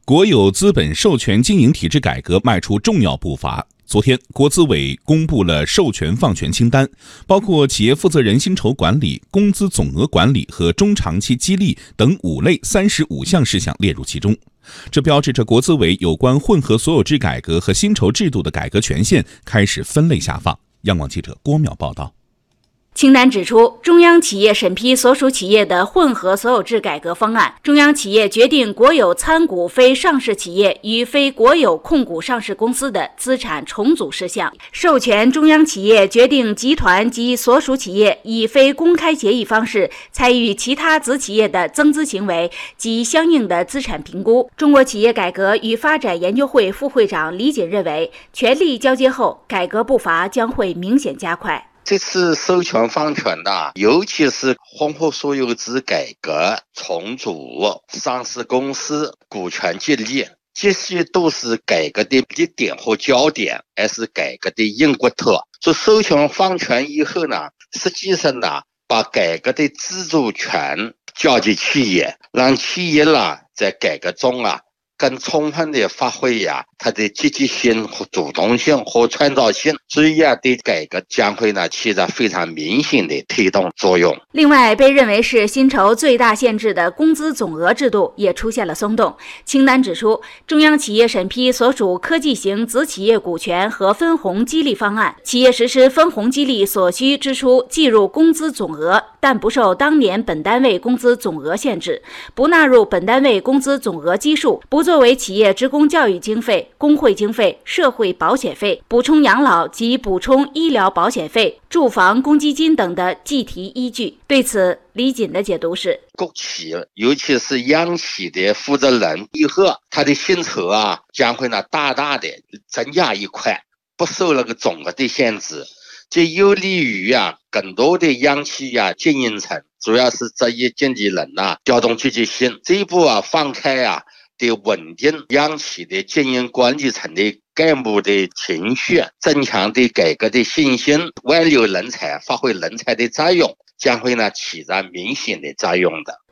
国有资本授权经营体制改革迈出重要步伐。昨天，国资委公布了授权放权清单，包括企业负责人薪酬管理、工资总额管理和中长期激励等5类35项事项列入其中。这标志着国资委有关混合所有制改革和薪酬制度的改革权限开始分类下放。央广记者郭淼报道。 清单指出，中央企业审批所属企业的混合所有制改革方案，中央企业决定国有参股非上市企业与非国有控股上市公司的资产重组事项，授权中央企业决定集团及所属企业以非公开协议方式参与其他子企业的增资行为及相应的资产评估。中国企业改革与发展研究会副会长李锦认为，权力交接后，改革步伐将会明显加快。 这次授权放权的，尤其是混合所有制改革、重组、上市公司、股权激励，这些都是改革的力点和焦点，还是改革的硬骨头。说授权放权以后呢，实际上呢，把改革的自主权交给企业，让企业呢在改革中更充分地发挥它的积极性和主动性和创造性，所以对改革将会起着非常明显的推动作用。 另外，被认为是薪酬最大限制的工资总额制度也出现了松动。清单指出，中央企业审批所属科技型子企业股权和分红激励方案，企业实施分红激励所需支出计入工资总额，但不受当年本单位工资总额限制，不纳入本单位工资总额基数，不作为企业职工教育经费、工会经费、社会保险费、补充养老及补充医疗保险费、住房公积金等的计提依据。对此，李锦的解读是： 国企，尤其是央企的负责人，以后他的薪酬将会大大的增加一块，不受那个总额的限制。这有利于更多的央企经营层，主要是职业经理人调动积极性。这一步放开得稳定央企的经营管理层的干部的情绪，增强对改革的信心，挽留人才，发挥人才的作用，将会起着明显的作用的。